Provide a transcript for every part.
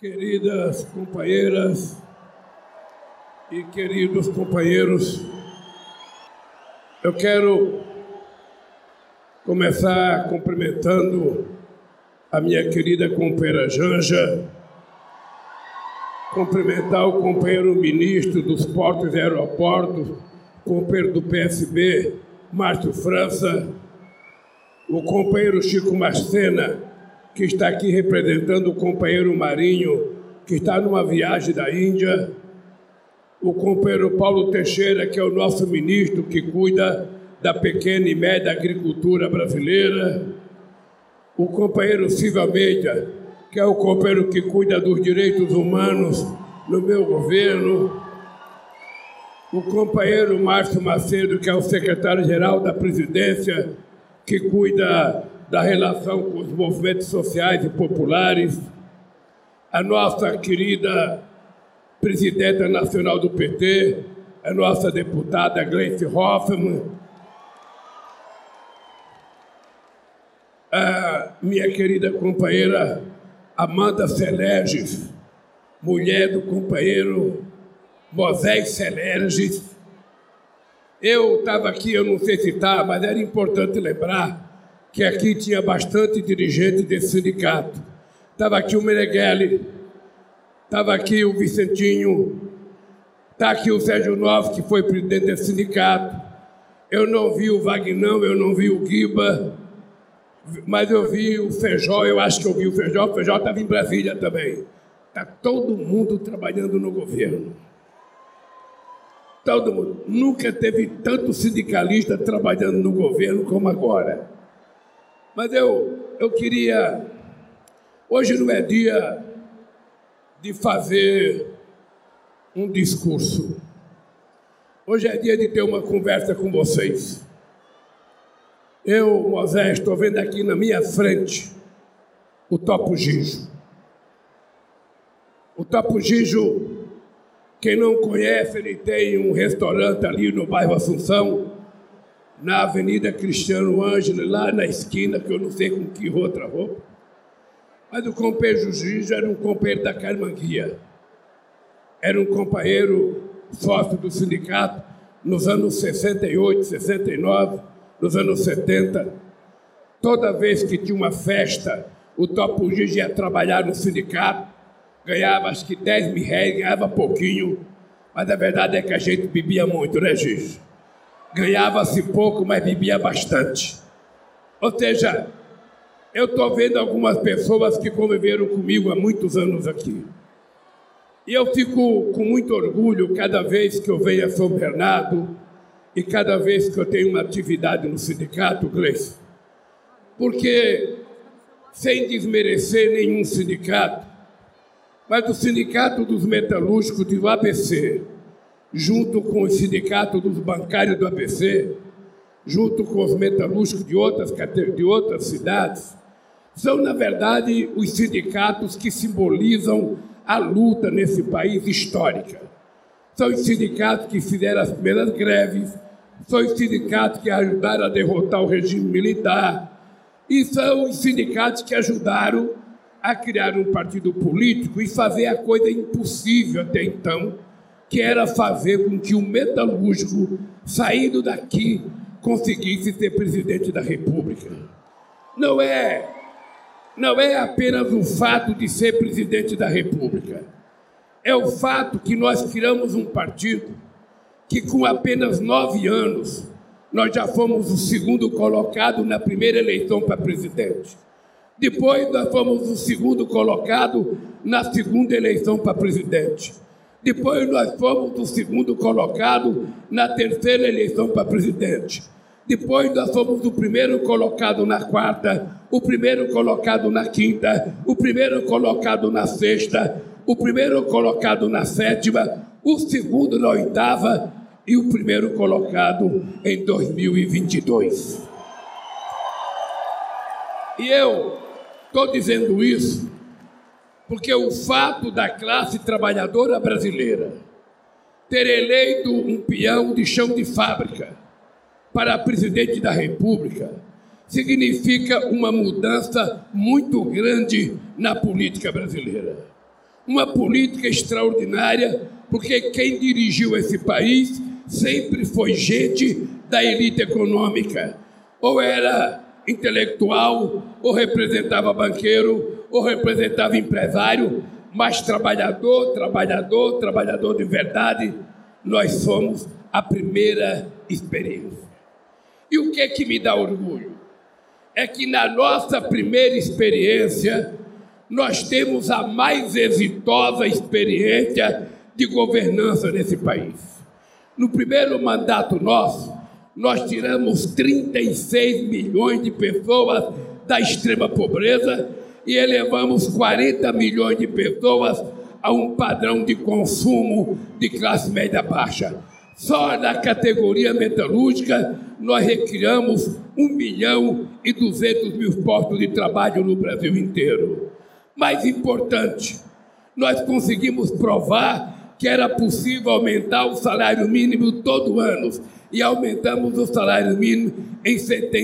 Queridas companheiras e queridos companheiros, eu quero começar cumprimentando a minha querida companheira Janja, cumprimentar o companheiro ministro dos Portos e Aeroportos, companheiro do PSB, Márcio França, o companheiro Chico Marcena, que está aqui representando o companheiro Marinho, que está numa viagem da Índia, o companheiro Paulo Teixeira, que é o nosso ministro que cuida da pequena e média agricultura brasileira, o companheiro Silvio Almeida, que é o companheiro que cuida dos direitos humanos no meu governo, o companheiro Márcio Macedo, que é o secretário-geral da presidência, que cuida da relação com os movimentos sociais e populares, a nossa querida presidenta nacional do PT, a nossa deputada Gleice Hoffmann, a minha querida companheira Amanda Seleges, mulher do companheiro Moisés Seleges. Eu estava aqui, eu não sei se está, mas era importante lembrar que aqui tinha bastante dirigente desse sindicato. Estava aqui o Meneghelli, estava aqui o Vicentinho, está aqui o Sérgio Noves, que foi presidente desse sindicato. Eu não vi o Vagnão, eu não vi o Guiba, mas eu vi o Feijó, eu acho que eu vi o Feijó estava em Brasília também. Está todo mundo trabalhando no governo. Todo mundo. Nunca teve tanto sindicalista trabalhando no governo como agora. Mas eu queria... Hoje não é dia de fazer um discurso. Hoje é dia de ter uma conversa com vocês. Eu, Moisés, estou vendo aqui na minha frente o Topo Gigio. O Topo Gigio, quem não conhece, ele tem um restaurante ali no bairro Assunção, na Avenida Cristiano Ângelo, lá na esquina, que eu não sei com que outra roupa. Mas o companheiro Gigio era um companheiro da Carmanguia. Era um companheiro sócio do sindicato nos anos 68, 69, nos anos 70. Toda vez que tinha uma festa, o Topo Gigio ia trabalhar no sindicato, ganhava acho que 10 mil reais, ganhava pouquinho, mas a verdade é que a gente bebia muito, né, Gigio? Ganhava-se pouco, mas bebia bastante. Ou seja, eu estou vendo algumas pessoas que conviveram comigo há muitos anos aqui. E eu fico com muito orgulho cada vez que eu venho a São Bernardo e cada vez que eu tenho uma atividade no sindicato, Gleice. Porque, sem desmerecer nenhum sindicato, mas o Sindicato dos Metalúrgicos do ABC, junto com o Sindicato dos Bancários do ABC, junto com os metalúrgicos de outras cidades, são, na verdade, os sindicatos que simbolizam a luta nesse país histórica. São os sindicatos que fizeram as primeiras greves, são os sindicatos que ajudaram a derrotar o regime militar, e são os sindicatos que ajudaram a criar um partido político e fazer a coisa impossível até então, que era fazer com que o metalúrgico, saindo daqui, conseguisse ser presidente da República. Não é apenas o fato de ser presidente da República. É o fato que nós criamos um partido que, com apenas 9 anos, nós já fomos o segundo colocado na primeira eleição para presidente. Depois, nós fomos o segundo colocado na segunda eleição para presidente. Depois, nós fomos o segundo colocado na terceira eleição para presidente. Depois, nós fomos o primeiro colocado na quarta, o primeiro colocado na quinta, o primeiro colocado na sexta, o primeiro colocado na sétima, o segundo na oitava e o primeiro colocado em 2022. E eu estou dizendo isso porque o fato da classe trabalhadora brasileira ter eleito um peão de chão de fábrica para presidente da República significa uma mudança muito grande na política brasileira. uma política extraordinária, porque quem dirigiu esse país sempre foi gente da elite econômica. Ou era intelectual, ou representava banqueiro, ou representava empresário, mas trabalhador de verdade. Nós somos a primeira experiência. E o que me dá orgulho? É que na nossa primeira experiência, nós temos a mais exitosa experiência de governança nesse país. No primeiro mandato nosso, nós tiramos 36 milhões de pessoas da extrema pobreza e elevamos 40 milhões de pessoas a um padrão de consumo de classe média baixa. Só na categoria metalúrgica, nós recriamos 1.200.000 postos de trabalho no Brasil inteiro. Mais importante, nós conseguimos provar que era possível aumentar o salário mínimo todo ano, e aumentamos o salário mínimo em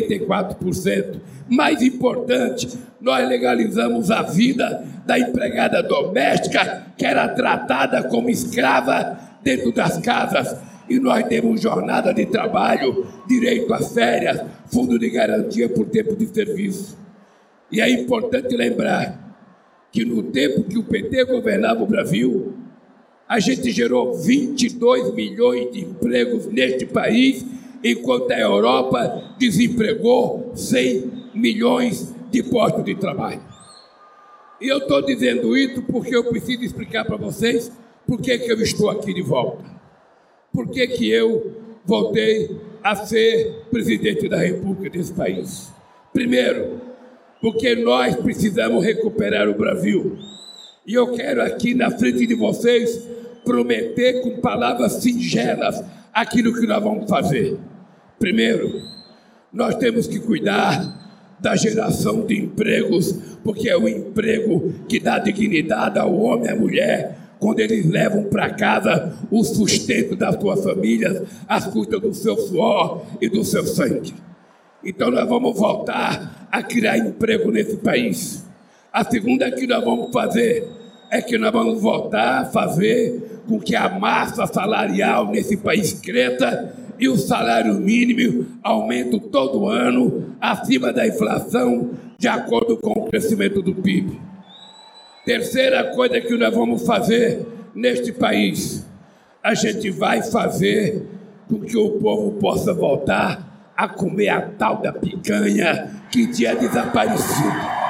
74%. Mais importante, nós legalizamos a vida da empregada doméstica, que era tratada como escrava dentro das casas, e nós demos jornada de trabalho, direito às férias, fundo de garantia por tempo de serviço. E é importante lembrar que no tempo que o PT governava o Brasil, a gente gerou 22 milhões de empregos neste país, enquanto a Europa desempregou 100 milhões de postos de trabalho. E eu estou dizendo isso porque eu preciso explicar para vocês por que eu estou aqui de volta. Por que eu voltei a ser presidente da República desse país? Primeiro, porque nós precisamos recuperar o Brasil. E eu quero aqui na frente de vocês prometer com palavras singelas aquilo que nós vamos fazer. Primeiro, nós temos que cuidar da geração de empregos, porque é o emprego que dá dignidade ao homem e à mulher, quando eles levam para casa o sustento das suas famílias, às custas do seu suor e do seu sangue. Então nós vamos voltar a criar emprego nesse país. A segunda que nós vamos fazer é que nós vamos voltar a fazer com que a massa salarial nesse país cresça e o salário mínimo aumente todo ano acima da inflação, de acordo com o crescimento do PIB. Terceira coisa que nós vamos fazer neste país, a gente vai fazer com que o povo possa voltar a comer a tal da picanha que tinha desaparecido.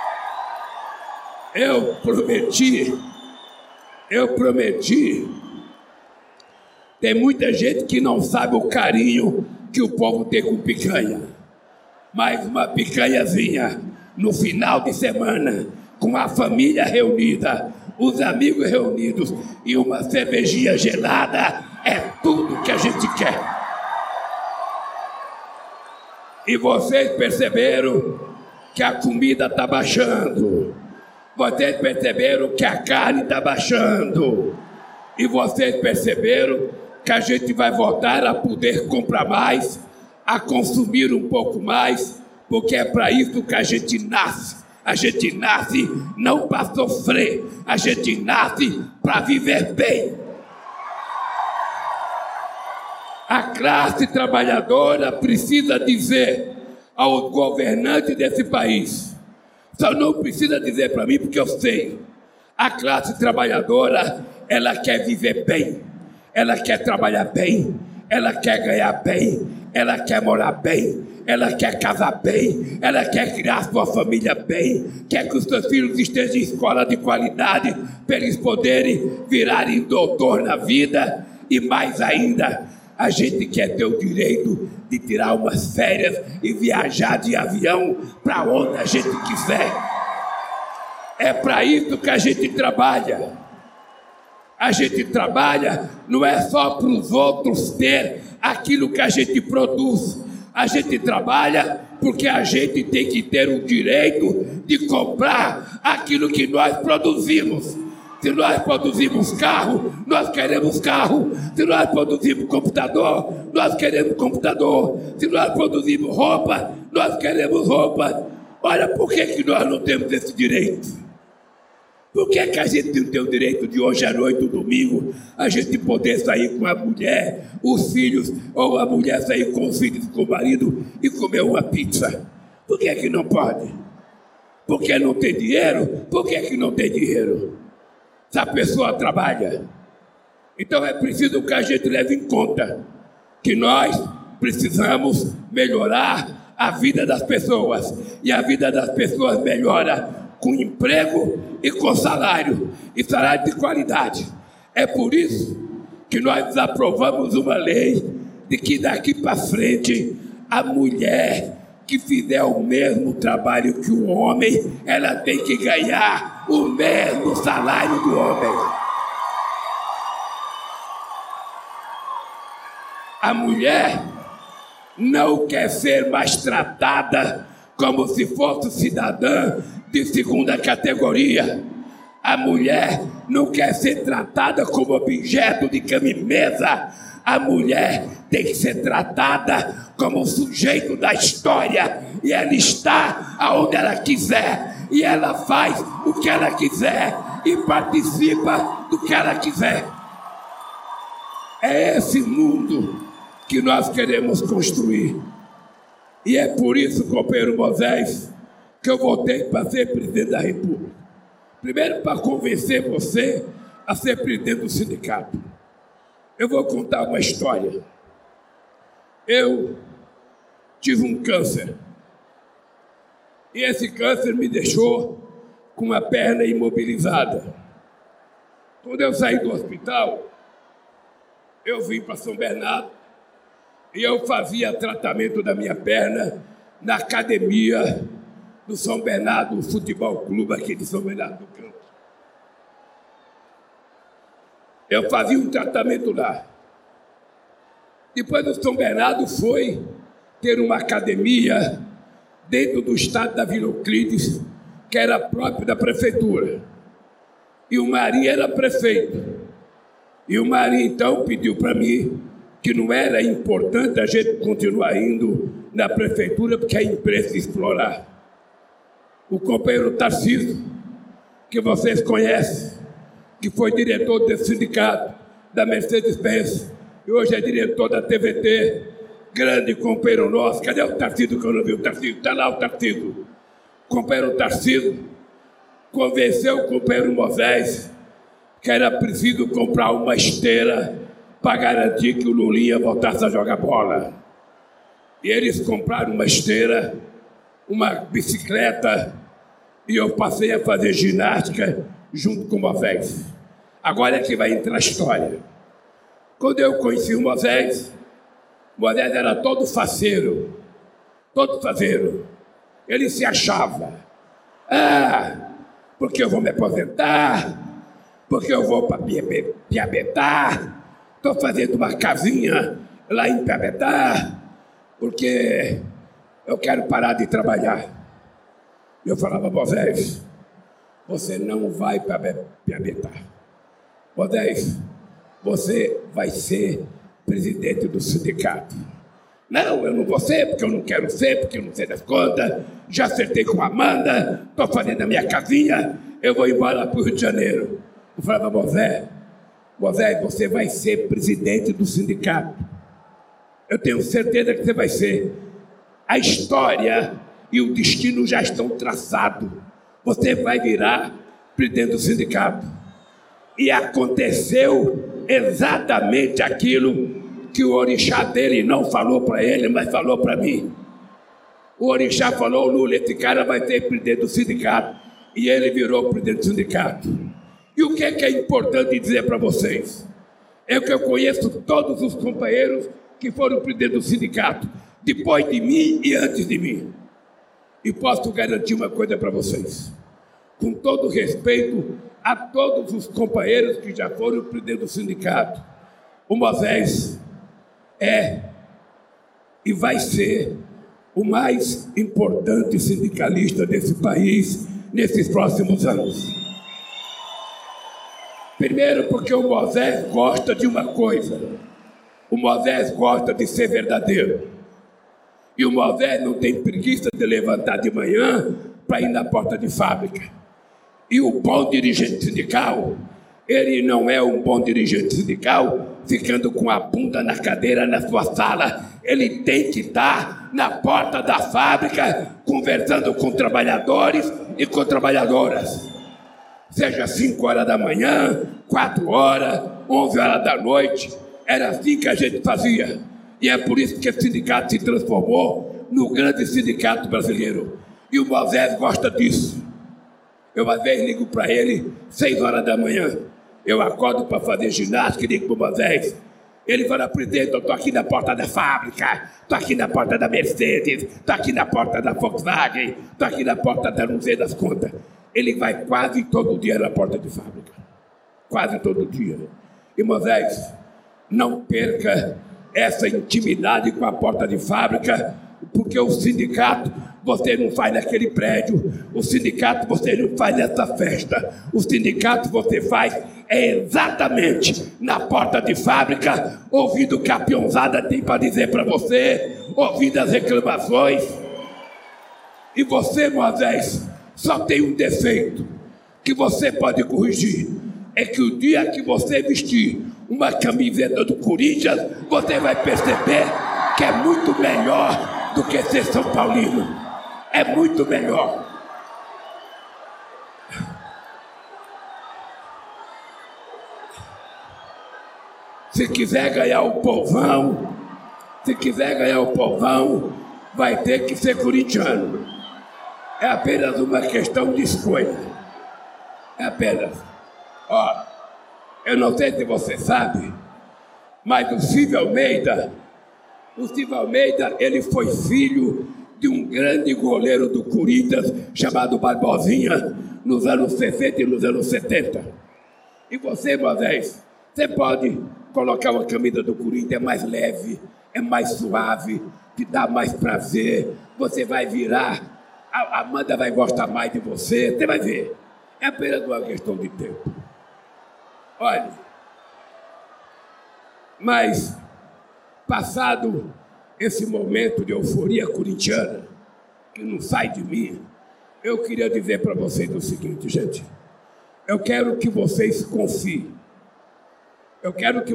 Eu prometi. Tem muita gente que não sabe o carinho que o povo tem com picanha. Mas uma picanhazinha no final de semana, com a família reunida, os amigos reunidos e uma cervejinha gelada, é tudo que a gente quer. E vocês perceberam que a comida está baixando. Vocês perceberam que a carne está baixando. E vocês perceberam que a gente vai voltar a poder comprar mais, a consumir um pouco mais, porque é para isso que a gente nasce. A gente nasce não para sofrer, a gente nasce para viver bem. A classe trabalhadora precisa dizer aos governantes desse país, só não precisa dizer para mim porque eu sei, a classe trabalhadora, ela quer viver bem, ela quer trabalhar bem, ela quer ganhar bem, ela quer morar bem, ela quer casar bem, ela quer criar sua família bem, quer que os seus filhos estejam em escola de qualidade, para eles poderem virarem doutor na vida, e mais ainda, a gente quer ter o direito de tirar umas férias e viajar de avião para onde a gente quiser. É para isso que a gente trabalha. A gente trabalha não é só para os outros ter aquilo que a gente produz. A gente trabalha porque a gente tem que ter o direito de comprar aquilo que nós produzimos. Se nós produzimos carro, nós queremos carro. Se nós produzimos computador, nós queremos computador. Se nós produzimos roupa, nós queremos roupa. Olha por que nós não temos esse direito. Por que a gente não tem o direito de hoje à noite, domingo, a gente poder sair com a mulher, os filhos, ou a mulher sair com os filhos, com o marido e comer uma pizza? Por que não pode? Porque não tem dinheiro? Por que não tem dinheiro? Se a pessoa trabalha. Então é preciso que a gente leve em conta que nós precisamos melhorar a vida das pessoas. E a vida das pessoas melhora com emprego e com salário. E salário de qualidade. É por isso que nós aprovamos uma lei de que daqui para frente a mulher que fizer o mesmo trabalho que o homem, ela tem que ganhar o mesmo salário do homem. A mulher não quer ser mais tratada como se fosse cidadã de segunda categoria. A mulher não quer ser tratada como objeto de cama e mesa. A mulher tem que ser tratada como sujeito da história. E ela está aonde ela quiser. E ela faz o que ela quiser. E participa do que ela quiser. É esse mundo que nós queremos construir. E é por isso, companheiro Moisés, que eu votei para ser presidente da República. Primeiro, para convencer você a ser presidente do sindicato. Eu vou contar uma história. Eu tive um câncer. E esse câncer me deixou com uma perna imobilizada. Quando eu saí do hospital, eu vim para São Bernardo e eu fazia tratamento da minha perna na academia do São Bernardo Futebol Clube, aqui de São Bernardo do Campo. Eu fazia um tratamento lá. Depois do São Bernardo foi ter uma academia dentro do estado da Vila Euclides, que era próprio da prefeitura. E o Marinho era prefeito. E o Marinho então pediu para mim que não era importante a gente continuar indo na prefeitura porque a empresa ia explorar. O companheiro Tarcísio, que vocês conhecem, que foi diretor desse sindicato, da Mercedes-Benz, e hoje é diretor da TVT, grande companheiro nosso. Cadê o Tarcísio que eu não vi? O Tarcísio, está lá o Tarcísio. O companheiro Tarcísio convenceu o companheiro Moisés que era preciso comprar uma esteira para garantir que o Lulinha voltasse a jogar bola. E eles compraram uma esteira, uma bicicleta, e eu passei a fazer ginástica junto com o Moisés. Agora é que vai entrar a história. Quando eu conheci o Moisés era todo faceiro, Ele se achava. Porque eu vou me aposentar, porque eu vou para Piabetá, estou fazendo uma casinha lá em Piabetá, porque eu quero parar de trabalhar. Eu falava, Moisés, você não vai para Piabetá. Moisés, você vai ser presidente do sindicato. Não, eu não vou ser, porque eu não quero ser, porque eu não sei das contas, já acertei com a Amanda, estou fazendo a minha casinha, eu vou embora para o Rio de Janeiro. Eu falava, Moisés, você vai ser presidente do sindicato. Eu tenho certeza que você vai ser. A história e o destino já estão traçados. Você vai virar presidente do sindicato. E aconteceu exatamente aquilo que o orixá dele não falou para ele, mas falou para mim. O orixá falou, Lula, esse cara vai ser presidente do sindicato. E ele virou presidente do sindicato. E o que é importante dizer para vocês? É que eu conheço todos os companheiros que foram presidente do sindicato, depois de mim e antes de mim. E posso garantir uma coisa para vocês. Com todo respeito a todos os companheiros que já foram presidente do sindicato, o Moisés é e vai ser o mais importante sindicalista desse país nesses próximos anos. Primeiro, porque o Moisés gosta de uma coisa. O Moisés gosta de ser verdadeiro. E o Moisés não tem preguiça de levantar de manhã para ir na porta de fábrica. E o bom dirigente sindical, ele não é um bom dirigente sindical ficando com a bunda na cadeira na sua sala. Ele tem que estar na porta da fábrica conversando com trabalhadores e com trabalhadoras. Seja 5 horas da manhã, 4 horas, 11 horas da noite. Era assim que a gente fazia. E é por isso que esse sindicato se transformou no grande sindicato brasileiro. E o Moisés gosta disso. Eu às vezes ligo para ele 6 horas da manhã. Eu acordo para fazer ginástica e digo para o Moisés. Ele fala: presidente, eu estou aqui na porta da fábrica, estou aqui na porta da Mercedes, estou aqui na porta da Volkswagen, estou aqui na porta da não sei das contas. Ele vai quase todo dia na porta de fábrica. Quase todo dia. E Moisés, não perca essa intimidade com a porta de fábrica, porque o sindicato você não faz naquele prédio, o sindicato você não faz nessa festa, o sindicato você faz exatamente na porta de fábrica, ouvindo o que a peãozada tem para dizer para você, ouvindo as reclamações. E você, Moisés, só tem um defeito que você pode corrigir, é que o dia que você vestir uma camiseta do Corinthians, você vai perceber que é muito melhor do que ser São Paulino. É muito melhor. Se quiser ganhar o povão, vai ter que ser corintiano. É apenas uma questão de escolha. É apenas. Ó, eu não sei se você sabe, mas o Silvio Almeida, ele foi filho de um grande goleiro do Corinthians chamado Barbosinha, nos anos 60 e nos anos 70. E você, Moisés, você pode colocar uma camisa do Corinthians, é mais leve, é mais suave, te dá mais prazer, você vai virar, a Amanda vai gostar mais de você vai ver. É apenas uma questão de tempo. Olha, mas passado esse momento de euforia corintiana, que não sai de mim, eu queria dizer para vocês o seguinte, gente. Eu quero que vocês confiem. Eu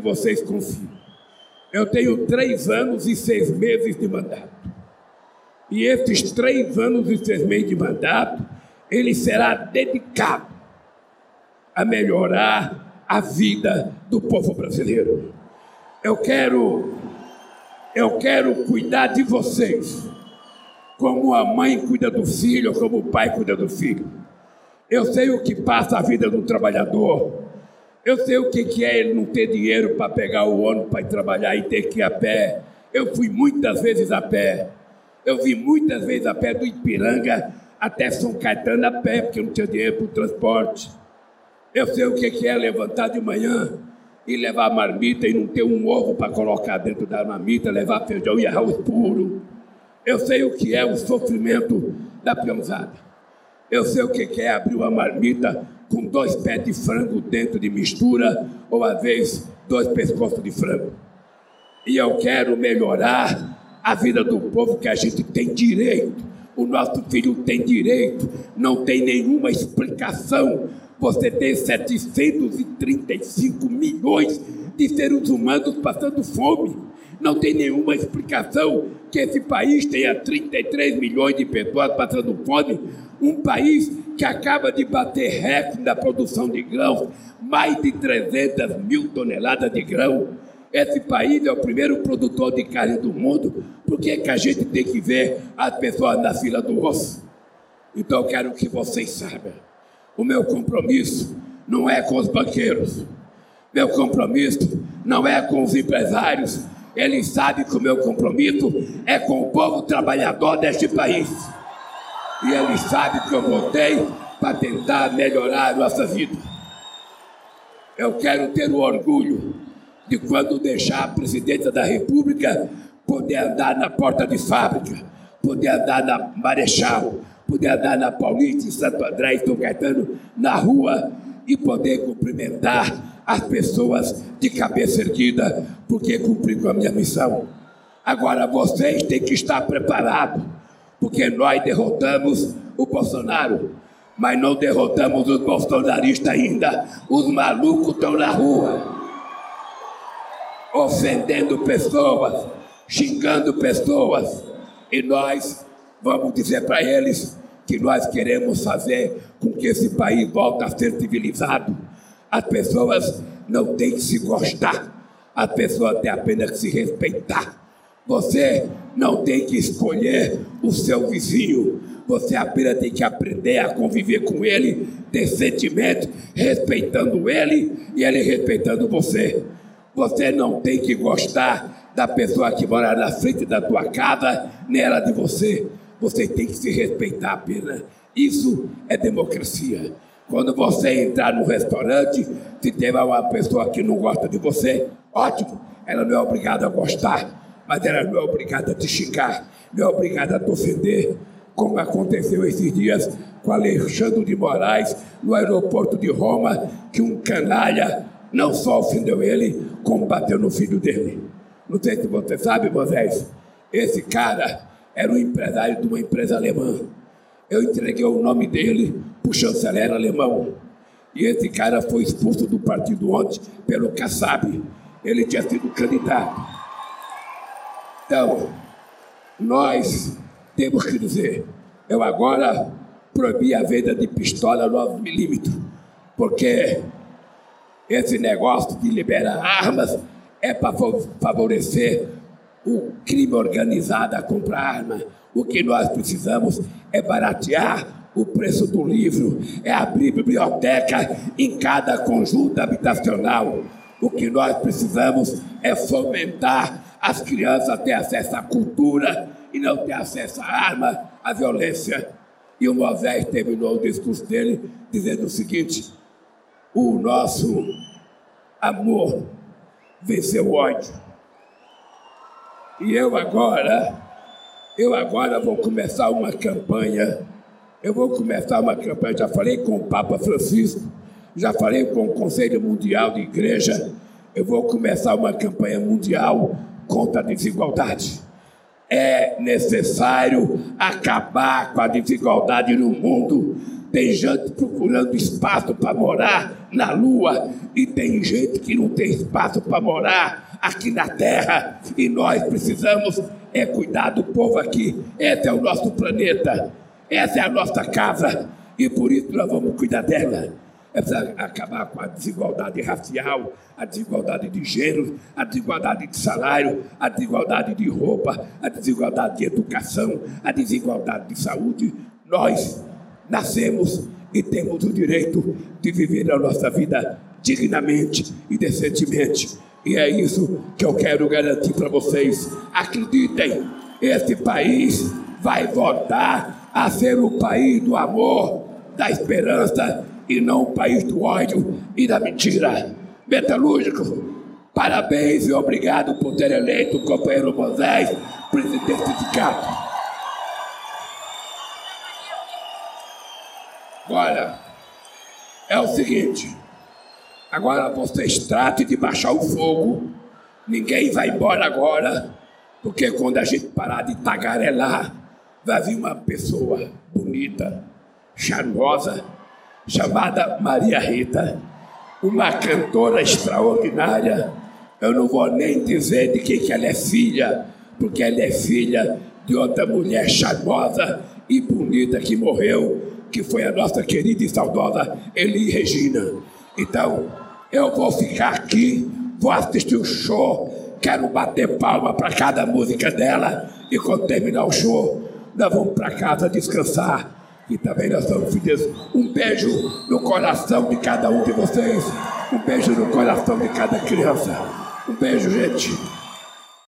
tenho 3 anos e 6 meses de mandato. E esses 3 anos e 6 meses de mandato, ele será dedicado a melhorar a vida do povo brasileiro. Eu quero cuidar de vocês, como a mãe cuida do filho, como o pai cuida do filho. Eu sei o que passa a vida do trabalhador. Eu sei o que é ele não ter dinheiro para pegar o ônibus para ir trabalhar e ter que ir a pé. Eu fui muitas vezes a pé. Eu vim muitas vezes a pé do Ipiranga até São Caetano a pé, porque eu não tinha dinheiro para o transporte. Eu sei o que é levantar de manhã e levar marmita e não ter um ovo para colocar dentro da marmita, levar feijão e arroz puro. Eu sei o que é o sofrimento da peãozada. Eu sei o que é abrir uma marmita com 2 pés de frango dentro de mistura, ou às vezes 2 pescoços de frango. E eu quero melhorar a vida do povo, que a gente tem direito. O nosso filho tem direito, não tem nenhuma explicação. Você tem 735 milhões de seres humanos passando fome. Não tem nenhuma explicação que esse país tenha 33 milhões de pessoas passando fome. Um país que acaba de bater recorde na produção de grãos, mais de 300 mil toneladas de grão. Esse país é o primeiro produtor de carne do mundo. Por que a gente tem que ver as pessoas na fila do osso? Então eu quero que vocês saibam. O meu compromisso não é com os banqueiros. Meu compromisso não é com os empresários. Eles sabem que o meu compromisso é com o povo trabalhador deste país. E eles sabem que eu votei para tentar melhorar a nossa vida. Eu quero ter o orgulho de, quando deixar a presidência da República, poder andar na porta de fábrica, poder andar na Marechal, poder andar na Paulista, em Santo André, em São Caetano, na rua, e poder cumprimentar as pessoas de cabeça erguida, porque cumpri com a minha missão. Agora vocês têm que estar preparados, porque nós derrotamos o Bolsonaro. mas não derrotamos os bolsonaristas ainda. Os malucos estão na rua, ofendendo pessoas, xingando pessoas. E nós vamos dizer para eles que nós queremos fazer com que esse país volte a ser civilizado. As pessoas não têm que se gostar, as pessoas têm apenas que se respeitar. Você não tem que escolher o seu vizinho, você apenas tem que aprender a conviver com ele decentemente, respeitando ele e ele respeitando você. Você não tem que gostar da pessoa que mora na frente da tua casa, nem ela de você. Você tem que se respeitar apenas. Isso é democracia. Quando você entrar no restaurante, se tiver uma pessoa que não gosta de você, ótimo, ela não é obrigada a gostar, mas ela não é obrigada a te xingar, não é obrigada a te ofender, como aconteceu esses dias com Alexandre de Moraes, no aeroporto de Roma, que um canalha não só ofendeu ele, como bateu no filho dele. Não sei se você sabe, Moisés, esse cara era um empresário de uma empresa alemã. Eu entreguei o nome dele para o chanceler alemão. E esse cara foi expulso do partido ontem pelo Kassab. Ele tinha sido candidato. Então, nós temos que dizer, eu agora proibi a venda de pistola 9mm, porque esse negócio de liberar armas é para favorecer o crime organizado a comprar arma. O que nós precisamos é baratear o preço do livro, é abrir biblioteca em cada conjunto habitacional. O que nós precisamos é fomentar as crianças a ter acesso à cultura e não ter acesso à arma, à violência. E o Moisés terminou o discurso dele dizendo o seguinte: o nosso amor venceu o ódio. E eu agora vou começar uma campanha. Já falei com o Papa Francisco, já falei com o Conselho Mundial de Igreja. Eu vou começar uma campanha mundial contra a desigualdade. É necessário acabar com a desigualdade no mundo. Tem gente procurando espaço para morar na Lua e tem gente que não tem espaço para morar aqui na Terra. E nós precisamos cuidar do povo aqui. Esse é o nosso planeta, essa é a nossa casa e por isso nós vamos cuidar dela. É preciso acabar com a desigualdade racial, a desigualdade de gênero, a desigualdade de salário, a desigualdade de roupa, a desigualdade de educação, a desigualdade de saúde. Nós nascemos e temos o direito de viver a nossa vida dignamente e decentemente. E é isso que eu quero garantir para vocês. Acreditem, esse país vai voltar a ser o país do amor, da esperança, e não o país do ódio e da mentira. Metalúrgico, parabéns e obrigado por ter eleito o companheiro Moisés presidente do sindicato. Agora, é o seguinte, agora vocês tratem de baixar o fogo, ninguém vai embora agora, porque quando a gente parar de tagarelar, vai vir uma pessoa bonita, charmosa, chamada Maria Rita, uma cantora extraordinária. Eu não vou nem dizer de quem que ela é filha, porque ela é filha de outra mulher charmosa e bonita que morreu, que foi a nossa querida e saudosa Elis Regina. Então, eu vou ficar aqui, vou assistir o show, quero bater palma para cada música dela, e quando terminar o show, nós vamos para casa descansar. E também nós somos filhos. Um beijo no coração de cada um de vocês. Um beijo no coração de cada criança. Um beijo, gente.